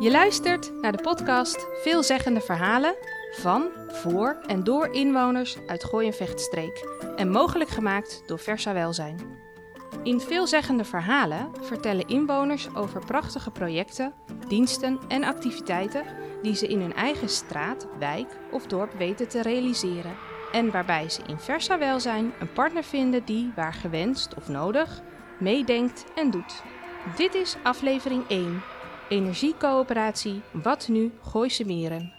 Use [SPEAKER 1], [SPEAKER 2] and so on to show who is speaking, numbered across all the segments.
[SPEAKER 1] Je luistert naar de podcast Veelzeggende Verhalen van, voor en door inwoners uit Gooi en Vechtstreek en mogelijk gemaakt door Versa Welzijn. In Veelzeggende Verhalen vertellen inwoners over prachtige projecten, diensten en activiteiten die ze in hun eigen straat, wijk of dorp weten te realiseren. En waarbij ze in Versa Welzijn een partner vinden die, waar gewenst of nodig, meedenkt en doet. Dit is aflevering 1. Energiecoöperatie Wat Nu Gooise Meren.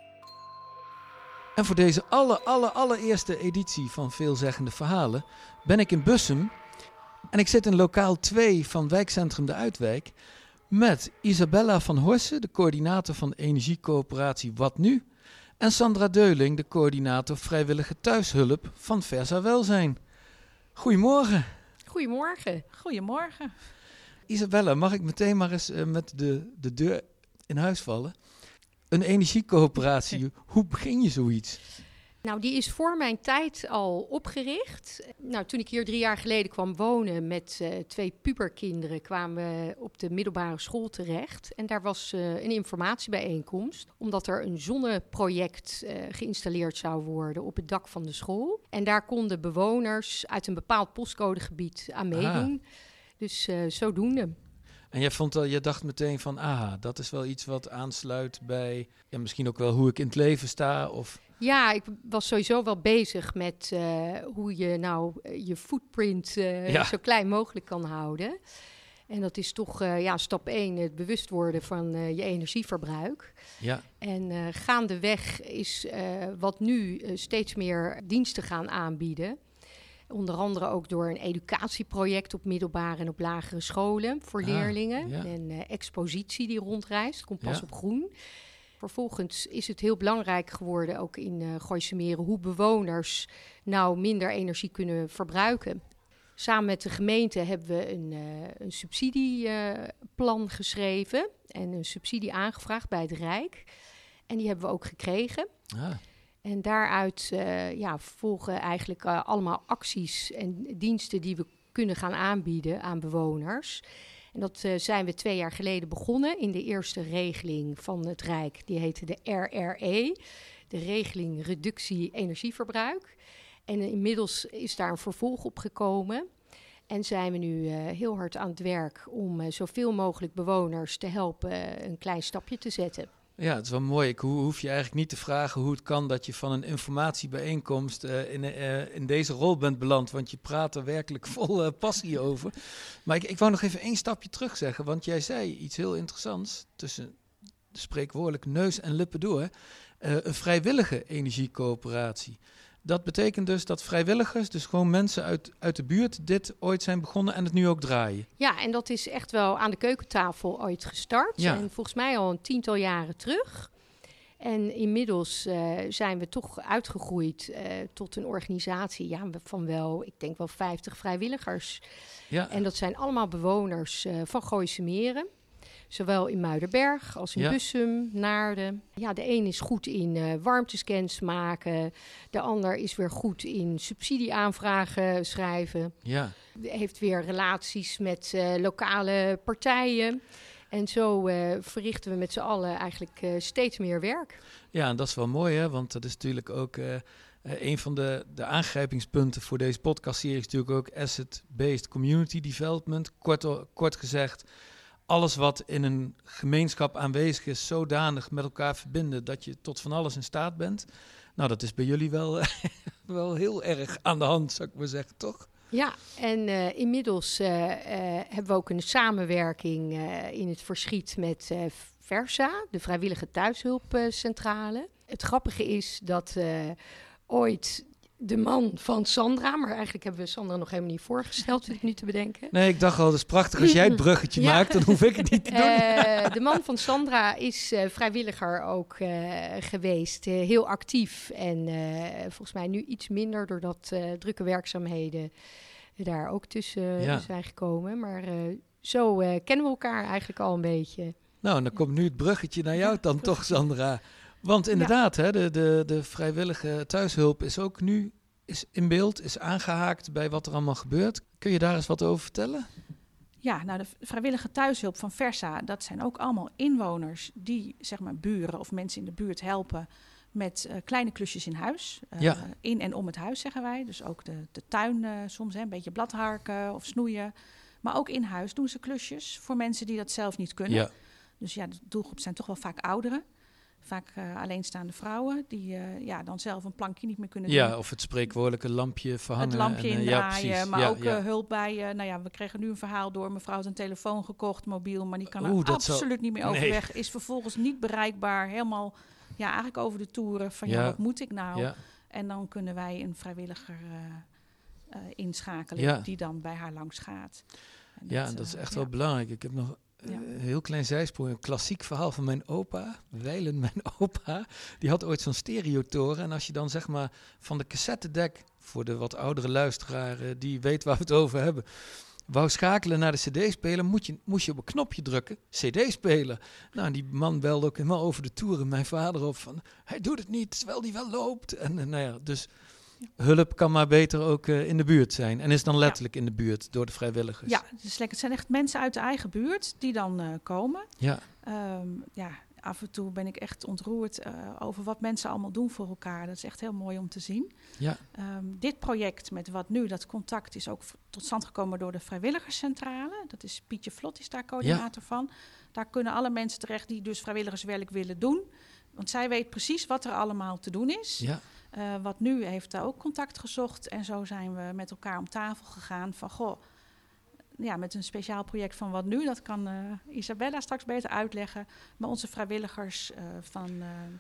[SPEAKER 2] En voor deze allereerste editie van Veelzeggende Verhalen ben ik in Bussum. En ik zit in lokaal 2 van wijkcentrum De Uitwijk met Isabella van Horsen, de coördinator van de Energiecoöperatie Wat Nu. En Sandra Deuling, de coördinator vrijwillige thuishulp van Versa Welzijn. Goedemorgen.
[SPEAKER 3] Goedemorgen.
[SPEAKER 4] Goedemorgen.
[SPEAKER 2] Isabella, mag ik meteen maar eens met de deur in huis vallen? Een energiecoöperatie, hoe begin je zoiets?
[SPEAKER 3] Nou, die is voor mijn tijd al opgericht. Nou, toen ik hier 3 jaar geleden kwam wonen met 2 puberkinderen, kwamen we op de middelbare school terecht. En daar was een informatiebijeenkomst, omdat er een zonneproject geïnstalleerd zou worden op het dak van de school. En daar konden bewoners uit een bepaald postcodegebied aan meedoen. Dus zodoende.
[SPEAKER 2] En je dacht meteen van, dat is wel iets wat aansluit bij, misschien ook wel hoe ik in het leven sta, of...
[SPEAKER 3] Ja, ik was sowieso wel bezig met hoe je nou je footprint zo klein mogelijk kan houden. En dat is toch stap 1, het bewust worden van je energieverbruik.
[SPEAKER 2] Ja.
[SPEAKER 3] En gaandeweg is wat nu steeds meer diensten gaan aanbieden. Onder andere ook door een educatieproject op middelbare en op lagere scholen voor leerlingen. Ja. Een expositie die rondreist, Kompas op Groen. Vervolgens is het heel belangrijk geworden, ook in Gooise Meren, hoe bewoners nou minder energie kunnen verbruiken. Samen met de gemeente hebben we een subsidieplan geschreven en een subsidie aangevraagd bij het Rijk. En die hebben we ook gekregen. En daaruit volgen eigenlijk allemaal acties en diensten die we kunnen gaan aanbieden aan bewoners. En dat zijn we 2 jaar geleden begonnen in de eerste regeling van het Rijk. Die heette de RRE, de regeling reductie energieverbruik. En inmiddels is daar een vervolg op gekomen. En zijn we nu heel hard aan het werk om zoveel mogelijk bewoners te helpen een klein stapje te zetten.
[SPEAKER 2] Ja, het is wel mooi. Hoef je eigenlijk niet te vragen hoe het kan dat je van een informatiebijeenkomst in deze rol bent beland. Want je praat er werkelijk vol passie over. Maar ik wou nog even 1 stapje terug zeggen. Want jij zei iets heel interessants tussen de spreekwoordelijk neus en lippen door. Een vrijwillige energiecoöperatie. Dat betekent dus dat vrijwilligers, dus gewoon mensen uit de buurt, dit ooit zijn begonnen en het nu ook draaien.
[SPEAKER 3] Ja, en dat is echt wel aan de keukentafel ooit gestart.
[SPEAKER 2] Ja. En
[SPEAKER 3] volgens mij al een 10-tal jaren terug. En inmiddels zijn we toch uitgegroeid tot een organisatie van wel, ik denk wel 50 vrijwilligers.
[SPEAKER 2] Ja.
[SPEAKER 3] En dat zijn allemaal bewoners van Gooise Meren. Zowel in Muiderberg als in Bussum, Naarden. Ja, de een is goed in warmtescans maken. De ander is weer goed in subsidieaanvragen schrijven.
[SPEAKER 2] Ja.
[SPEAKER 3] Heeft weer relaties met lokale partijen. En zo verrichten we met z'n allen eigenlijk steeds meer werk.
[SPEAKER 2] Ja, en dat is wel mooi, hè? Want dat is natuurlijk ook een van de aangrijpingspunten voor deze podcastserie is natuurlijk ook asset-based community development. Kort gezegd, alles wat in een gemeenschap aanwezig is, zodanig met elkaar verbinden dat je tot van alles in staat bent. Nou, dat is bij jullie wel heel erg aan de hand, zou ik maar zeggen, toch?
[SPEAKER 3] Ja, en inmiddels hebben we ook een samenwerking in het verschiet met Versa, de vrijwillige thuishulpcentrale. Het grappige is dat ooit de man van Sandra, maar eigenlijk hebben we Sandra nog helemaal niet voorgesteld, zit ik nu te bedenken.
[SPEAKER 2] Nee, ik dacht al, dat is prachtig. Als jij het bruggetje maakt, dan hoef ik het niet te doen.
[SPEAKER 3] De man van Sandra is vrijwilliger ook geweest, heel actief. En volgens mij nu iets minder, doordat drukke werkzaamheden daar ook tussen zijn gekomen. Maar zo kennen we elkaar eigenlijk al een beetje.
[SPEAKER 2] Nou, dan komt nu het bruggetje naar jou dan toch, Sandra. Want inderdaad, hè, de vrijwillige thuishulp is ook nu in beeld, is aangehaakt bij wat er allemaal gebeurt. Kun je daar eens wat over vertellen?
[SPEAKER 4] Ja, nou, de vrijwillige thuishulp van Versa, dat zijn ook allemaal inwoners die, zeg maar, buren of mensen in de buurt helpen met kleine klusjes in huis. In en om het huis, zeggen wij. Dus ook de tuin soms, een beetje bladharken of snoeien. Maar ook in huis doen ze klusjes voor mensen die dat zelf niet kunnen.
[SPEAKER 2] Ja.
[SPEAKER 4] Dus ja, de doelgroep zijn toch wel vaak ouderen. Vaak alleenstaande vrouwen die dan zelf een plankje niet meer kunnen doen.
[SPEAKER 2] Ja, of het spreekwoordelijke lampje verhangen.
[SPEAKER 4] Het lampje indraaien, maar ook
[SPEAKER 2] ja.
[SPEAKER 4] hulp bij... we kregen nu een verhaal door. Mevrouw had een telefoon gekocht, mobiel, maar die kan er absoluut niet meer overweg. Is vervolgens niet bereikbaar, helemaal eigenlijk over de toeren van wat moet ik nou? Ja. En dan kunnen wij een vrijwilliger inschakelen die dan bij haar langs gaat.
[SPEAKER 2] En dat is echt wel belangrijk. Ik heb nog... Een heel klein zijsprong, een klassiek verhaal van mijn opa, Wijlen, mijn opa. Die had ooit zo'n stereotoren. En als je dan zeg maar van de cassettedek, voor de wat oudere luisteraar die weet waar we het over hebben, wou schakelen naar de cd-speler, moest je op een knopje drukken, cd-speler. Nou, die man belde ook helemaal over de toeren mijn vader op van, hij doet het niet, terwijl hij wel loopt. En dus... Hulp kan maar beter ook in de buurt zijn. En is dan letterlijk in de buurt door de vrijwilligers.
[SPEAKER 4] Ja, het zijn echt mensen uit de eigen buurt die dan komen.
[SPEAKER 2] Ja.
[SPEAKER 4] Af en toe ben ik echt ontroerd over wat mensen allemaal doen voor elkaar. Dat is echt heel mooi om te zien.
[SPEAKER 2] Ja.
[SPEAKER 4] Dit project met Wat Nu, dat contact is ook tot stand gekomen door de vrijwilligerscentrale. Dat is Pietje Vlot, is daar coördinator van. Daar kunnen alle mensen terecht die dus vrijwilligerswerk willen doen. Want zij weet precies wat er allemaal te doen is.
[SPEAKER 2] Ja.
[SPEAKER 4] Wat Nu heeft daar ook contact gezocht. En zo zijn we met elkaar om tafel gegaan van... met een speciaal project van Wat Nu. Dat kan Isabella straks beter uitleggen. Maar onze vrijwilligers van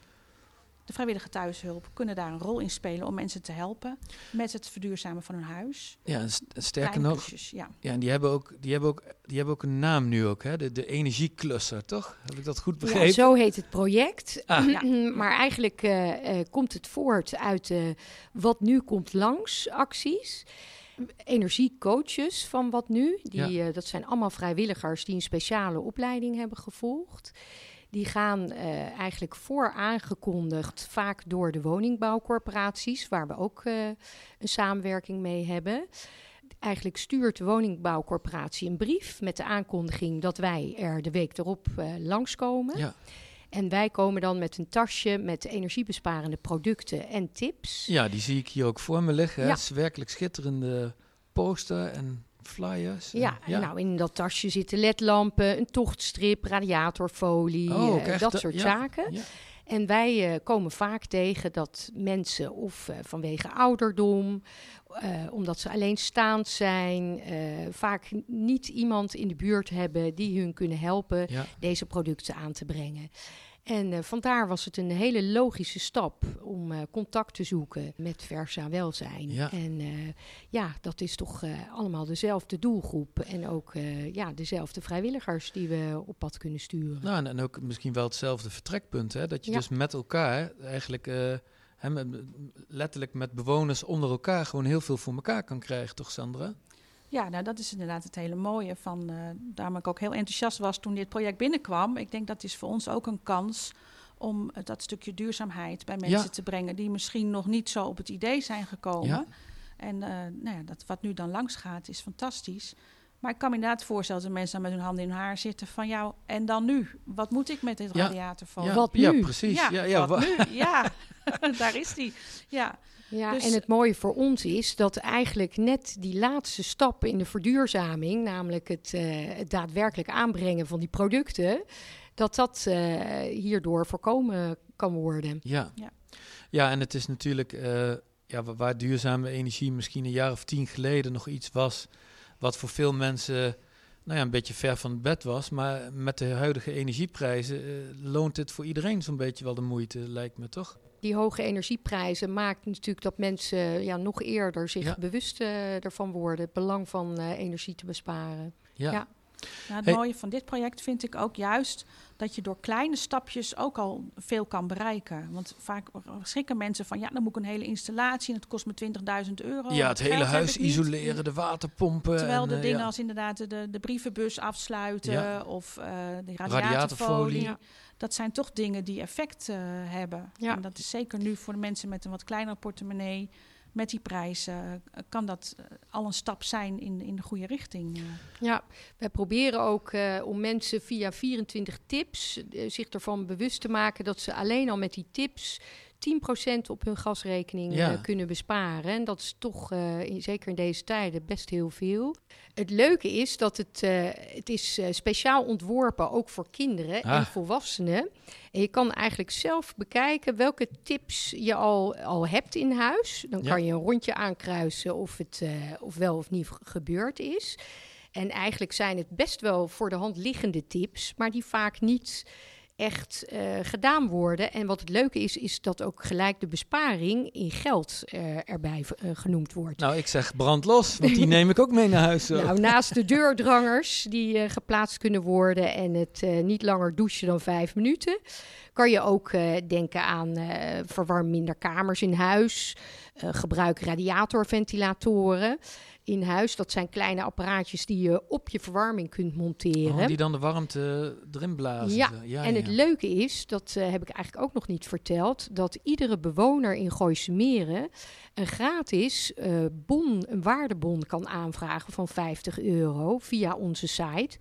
[SPEAKER 4] de vrijwillige thuishulp kunnen daar een rol in spelen om mensen te helpen met het verduurzamen van hun huis.
[SPEAKER 2] Ja, sterker nog,
[SPEAKER 4] klusjes,
[SPEAKER 2] en die hebben ook een naam nu ook, hè? De energieklusser, toch? Heb ik dat goed begrepen?
[SPEAKER 3] Ja, zo heet het project. Maar eigenlijk komt het voort uit Wat Nu komt langs acties. Energiecoaches van Wat Nu. Dat zijn allemaal vrijwilligers die een speciale opleiding hebben gevolgd. Die gaan eigenlijk vooraangekondigd vaak door de woningbouwcorporaties, waar we ook een samenwerking mee hebben. Eigenlijk stuurt de woningbouwcorporatie een brief met de aankondiging dat wij er de week erop langskomen. Ja. En wij komen dan met een tasje met energiebesparende producten en tips.
[SPEAKER 2] Ja, die zie ik hier ook voor me liggen. Ja. Het is werkelijk schitterende poster en flyers.
[SPEAKER 3] Nou in dat tasje zitten ledlampen, een tochtstrip, radiatorfolie, dat soort zaken. Ja. En wij komen vaak tegen dat mensen of vanwege ouderdom, omdat ze alleenstaand zijn, vaak niet iemand in de buurt hebben die hun kunnen helpen deze producten aan te brengen. En vandaar was het een hele logische stap om contact te zoeken met Versa Welzijn. Ja. En dat is toch allemaal dezelfde doelgroep en ook dezelfde vrijwilligers die we op pad kunnen sturen.
[SPEAKER 2] Nou, en ook misschien wel hetzelfde vertrekpunt, hè? Dat je dus met elkaar eigenlijk letterlijk met bewoners onder elkaar gewoon heel veel voor elkaar kan krijgen, toch Sandra?
[SPEAKER 4] Ja, nou dat is inderdaad het hele mooie van, daarom ik ook heel enthousiast was toen dit project binnenkwam. Ik denk dat is voor ons ook een kans om dat stukje duurzaamheid bij mensen te brengen die misschien nog niet zo op het idee zijn gekomen. Ja. En dat wat nu dan langs gaat is fantastisch. Maar ik kan me inderdaad voorstellen dat mensen dan met hun handen in hun haar zitten van jou. En dan nu? Wat moet ik met dit radiatorfolie?
[SPEAKER 3] Wat nu?
[SPEAKER 2] Ja, precies.
[SPEAKER 4] Wat nu? Ja, daar is die. Ja.
[SPEAKER 3] Ja, dus, en het mooie voor ons is dat eigenlijk net die laatste stap in de verduurzaming, namelijk het daadwerkelijk aanbrengen van die producten, dat hierdoor voorkomen kan worden.
[SPEAKER 2] Ja, en het is natuurlijk waar duurzame energie misschien een jaar of 10 geleden nog iets was wat voor veel mensen een beetje ver van het bed was. Maar met de huidige energieprijzen loont het voor iedereen zo'n beetje wel de moeite, lijkt me toch?
[SPEAKER 3] Die hoge energieprijzen maakt natuurlijk dat mensen nog eerder zich bewust ervan worden. Het belang van energie te besparen.
[SPEAKER 4] Ja. Nou, het mooie van dit project vind ik ook juist dat je door kleine stapjes ook al veel kan bereiken. Want vaak schrikken mensen van, dan moet ik een hele installatie en het kost me €20.000.
[SPEAKER 2] Ja, het hele huis isoleren, de waterpompen.
[SPEAKER 4] Terwijl de dingen als inderdaad de brievenbus afsluiten of de radiatorfolie. Dat zijn toch dingen die effect hebben. Ja. En dat is zeker nu voor de mensen met een wat kleinere portemonnee met die prijzen kan dat al een stap zijn in de goede richting.
[SPEAKER 3] Ja, wij proberen ook om mensen via 24 tips zich ervan bewust te maken dat ze alleen al met die tips 10% op hun gasrekening kunnen besparen. En dat is toch, zeker in deze tijden, best heel veel. Het leuke is dat het is speciaal ontworpen, ook voor kinderen en volwassenen. En je kan eigenlijk zelf bekijken welke tips je al hebt in huis. Dan kan je een rondje aankruisen of het of wel of niet gebeurd is. En eigenlijk zijn het best wel voor de hand liggende tips, maar die vaak niet echt gedaan worden. En wat het leuke is dat ook gelijk de besparing in geld erbij genoemd wordt.
[SPEAKER 2] Nou, ik zeg brand los, want die neem ik ook mee naar huis. Zo.
[SPEAKER 3] Nou, naast de deurdrangers die geplaatst kunnen worden en het niet langer douchen dan 5 minuten, kan je ook denken aan verwarm minder kamers in huis, gebruik radiatorventilatoren in huis. Dat zijn kleine apparaatjes die je op je verwarming kunt monteren.
[SPEAKER 2] Die dan de warmte erin blazen.
[SPEAKER 3] Ja, en het leuke is, dat heb ik eigenlijk ook nog niet verteld, dat iedere bewoner in Gooise Meren een gratis een waardebon kan aanvragen van €50 via onze site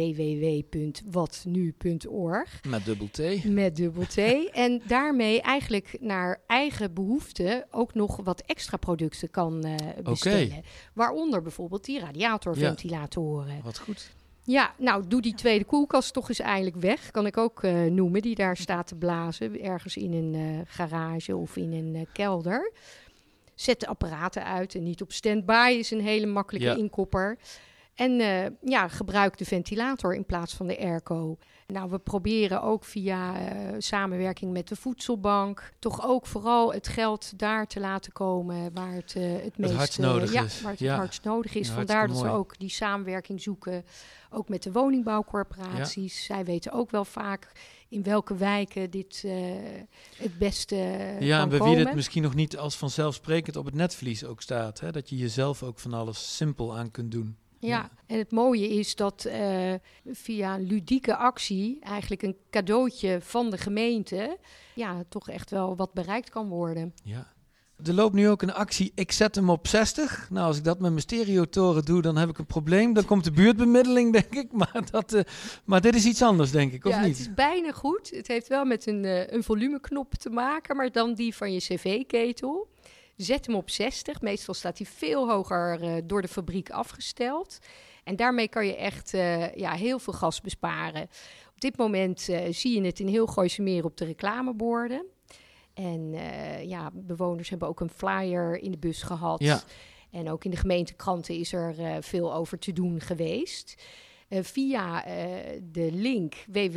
[SPEAKER 3] www.watnu.org.
[SPEAKER 2] Met dubbel T.
[SPEAKER 3] En daarmee eigenlijk naar eigen behoefte ook nog wat extra producten kan bestellen. Waaronder bijvoorbeeld die radiatorventilatoren.
[SPEAKER 2] Ja, wat goed.
[SPEAKER 3] Ja, nou, doe die tweede koelkast toch eens eindelijk weg. Kan ik ook noemen, die daar staat te blazen. Ergens in een garage of in een kelder. Zet de apparaten uit en niet op standby is een hele makkelijke inkopper. En gebruik de ventilator in plaats van de airco. Nou, we proberen ook via samenwerking met de voedselbank toch ook vooral het geld daar te laten komen waar het meest
[SPEAKER 2] hardst nodig is.
[SPEAKER 3] Waar het hardst nodig is. Vandaar dat we ook die samenwerking zoeken, ook met de woningbouwcorporaties. Zij weten ook wel vaak in welke wijken dit het beste kan
[SPEAKER 2] en bij
[SPEAKER 3] komen.
[SPEAKER 2] wie dit misschien nog niet als vanzelfsprekend op het netvlies ook staat. Hè? Dat je jezelf ook van alles simpel aan kunt doen.
[SPEAKER 3] Ja, en het mooie is dat via een ludieke actie, eigenlijk een cadeautje van de gemeente, toch echt wel wat bereikt kan worden.
[SPEAKER 2] Ja. Er loopt nu ook een actie, ik zet hem op 60. Nou, als ik dat met mijn stereotoren doe, dan heb ik een probleem. Dan komt de buurtbemiddeling, denk ik. Maar dit is iets anders, denk ik, of niet?
[SPEAKER 3] Ja, het is bijna goed. Het heeft wel met een volumeknop te maken, maar dan die van je cv-ketel. Zet hem op 60. Meestal staat hij veel hoger door de fabriek afgesteld. En daarmee kan je echt heel veel gas besparen. Op dit moment zie je het in heel Gooise Meren op de reclameborden. En bewoners hebben ook een flyer in de bus gehad. Ja. En ook in de gemeentekranten is er veel over te doen geweest. Via de link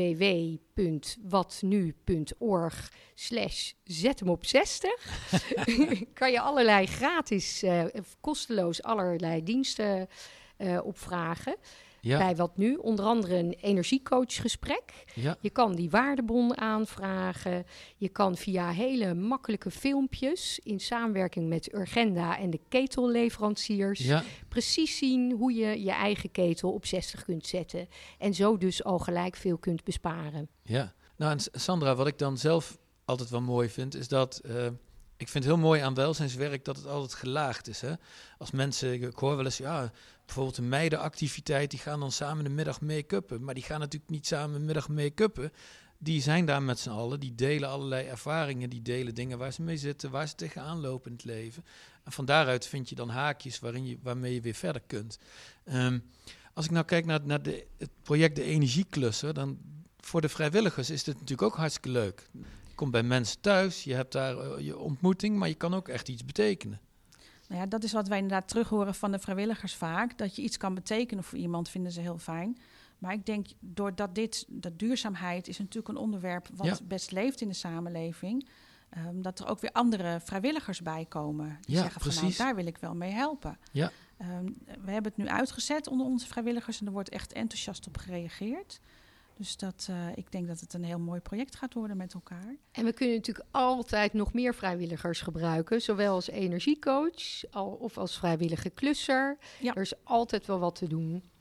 [SPEAKER 3] www.watnu.org/zet hem op 60 kan je allerlei gratis, kosteloos allerlei diensten opvragen. Ja. Bij Wat Nu, onder andere een energiecoachgesprek. Ja. Je kan die waardebon aanvragen. Je kan via hele makkelijke filmpjes in samenwerking met Urgenda en de ketelleveranciers precies zien hoe je je eigen ketel op 60 kunt zetten. En zo dus al gelijk veel kunt besparen.
[SPEAKER 2] Ja, nou en Sandra, wat ik dan zelf altijd wel mooi vind, is dat ik vind het heel mooi aan welzijnswerk dat het altijd gelaagd is. Hè? Als mensen, ik hoor wel eens, bijvoorbeeld een meidenactiviteit, die gaan dan samen de middag make-uppen. Maar die gaan natuurlijk niet samen de middag make-uppen. Die zijn daar met z'n allen, die delen allerlei ervaringen, die delen dingen waar ze mee zitten, waar ze tegenaan lopen in het leven. En van daaruit vind je dan haakjes waarmee je weer verder kunt. Als ik nou kijk naar het project De Energieklusser, dan voor de vrijwilligers is dit natuurlijk ook hartstikke leuk. Je komt bij mensen thuis, je hebt daar je ontmoeting, maar je kan ook echt iets betekenen.
[SPEAKER 4] Nou ja, dat is wat wij inderdaad terug horen van de vrijwilligers vaak. Dat je iets kan betekenen voor iemand, vinden ze heel fijn. Maar ik denk, doordat dat duurzaamheid is natuurlijk een onderwerp wat best leeft in de samenleving. Dat er ook weer andere vrijwilligers bij komen. Die zeggen van, nou, daar wil ik wel mee helpen. Ja. We hebben het nu uitgezet onder onze vrijwilligers en er wordt echt enthousiast op gereageerd. Dus ik denk dat het een heel mooi project gaat worden met elkaar.
[SPEAKER 3] En we kunnen natuurlijk altijd nog meer vrijwilligers gebruiken. Zowel als energiecoach of als vrijwillige klusser. Ja. Er is altijd wel wat te doen.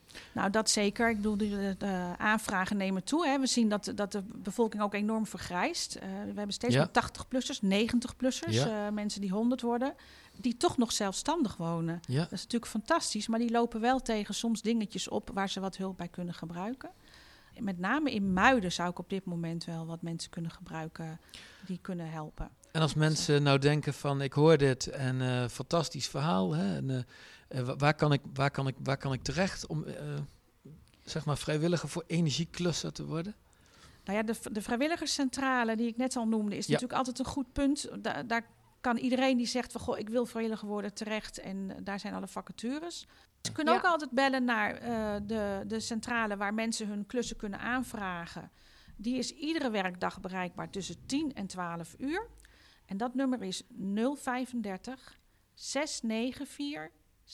[SPEAKER 4] Nou, dat zeker. Ik bedoel, de aanvragen nemen toe. Hè. We zien dat de bevolking ook enorm vergrijst. We hebben steeds meer 80-plussers, 90-plussers, mensen die 100 worden, die toch nog zelfstandig wonen. Ja. Dat is natuurlijk fantastisch, maar die lopen wel tegen soms dingetjes op waar ze wat hulp bij kunnen gebruiken. Met name in Muiden zou ik op dit moment wel wat mensen kunnen gebruiken die kunnen helpen.
[SPEAKER 2] En als mensen nou denken van ik hoor dit en fantastisch verhaal, hè, en, waar kan ik terecht om zeg maar vrijwilliger voor energieklusser te worden?
[SPEAKER 4] Nou ja, de vrijwilligerscentrale die ik net al noemde is natuurlijk altijd een goed punt. Daar kan iedereen die zegt van goh, ik wil vrijwilliger worden terecht en daar zijn alle vacatures. Ze kunnen ook altijd bellen naar de centrale waar mensen hun klussen kunnen aanvragen. Die is iedere werkdag bereikbaar tussen 10 en 12 uur. En dat nummer is 035 694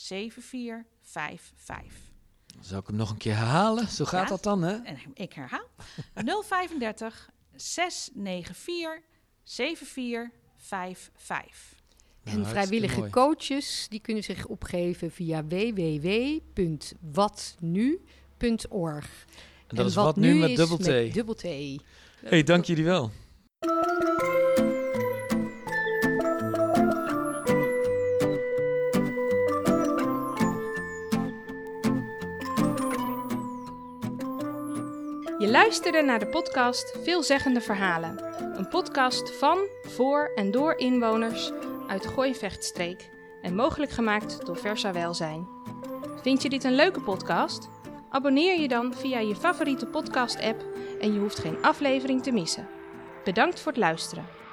[SPEAKER 4] 7455.
[SPEAKER 2] Zal ik hem nog een keer herhalen? Zo gaat dat dan, hè?
[SPEAKER 4] En ik herhaal. 035 694 7455.
[SPEAKER 3] En vrijwillige coaches die kunnen zich opgeven via www.watnu.org.
[SPEAKER 2] En dat is wat nu met dubbel T.
[SPEAKER 3] Dubbel T.
[SPEAKER 2] Hey, dank jullie wel.
[SPEAKER 1] Je luisterde naar de podcast Veelzeggende Verhalen. Een podcast van, voor en door inwoners uit de Gooi-en-Vechtstreek en mogelijk gemaakt door Versa Welzijn. Vind je dit een leuke podcast? Abonneer je dan via je favoriete podcast-app en je hoeft geen aflevering te missen. Bedankt voor het luisteren.